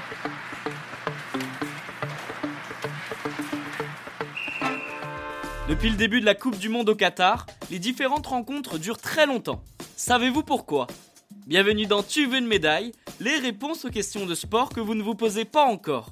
Depuis le début de la Coupe du Monde au Qatar, les différentes rencontres durent très longtemps. Savez-vous pourquoi ? Bienvenue dans Tu veux une médaille ? Les réponses aux questions de sport que vous ne vous posez pas encore.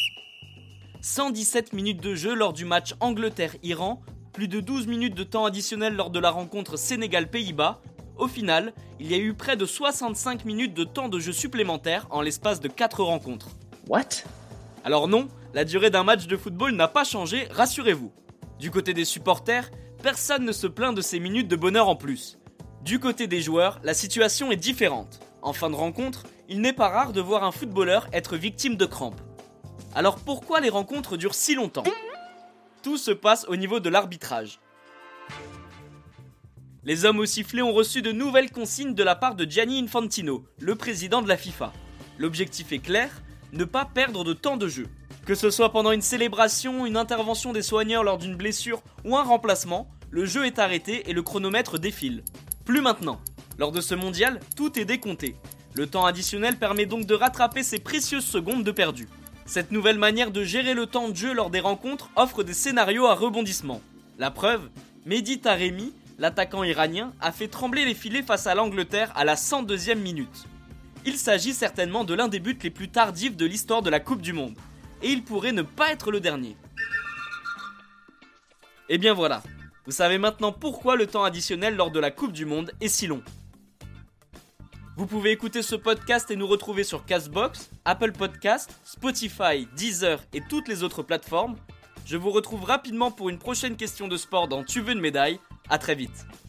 117 minutes de jeu lors du match Angleterre-Iran, plus de 12 minutes de temps additionnel lors de la rencontre Sénégal-Pays-Bas. Au final, il y a eu près de 65 minutes de temps de jeu supplémentaire en l'espace de 4 rencontres. What ? Alors non, la durée d'un match de football n'a pas changé, rassurez-vous. Du côté des supporters, personne ne se plaint de ces minutes de bonheur en plus. Du côté des joueurs, la situation est différente. En fin de rencontre, il n'est pas rare de voir un footballeur être victime de crampes. Alors pourquoi les rencontres durent si longtemps ? Tout se passe au niveau de l'arbitrage. Les hommes au sifflet ont reçu de nouvelles consignes de la part de Gianni Infantino, le président de la FIFA. L'objectif est clair, ne pas perdre de temps de jeu. Que ce soit pendant une célébration, une intervention des soigneurs lors d'une blessure ou un remplacement, le jeu est arrêté et le chronomètre défile. Plus maintenant. Lors de ce mondial, tout est décompté. Le temps additionnel permet donc de rattraper ces précieuses secondes de perdu. Cette nouvelle manière de gérer le temps de jeu lors des rencontres offre des scénarios à rebondissement. La preuve, Mehdi Taremi, l'attaquant iranien, a fait trembler les filets face à l'Angleterre à la 102e minute. Il s'agit certainement de l'un des buts les plus tardifs de l'histoire de la Coupe du Monde. Et il pourrait ne pas être le dernier. Et bien voilà, vous savez maintenant pourquoi le temps additionnel lors de la Coupe du Monde est si long. Vous pouvez écouter ce podcast et nous retrouver sur Castbox, Apple Podcast, Spotify, Deezer et toutes les autres plateformes. Je vous retrouve rapidement pour une prochaine question de sport dans Tu veux une médaille. À très vite.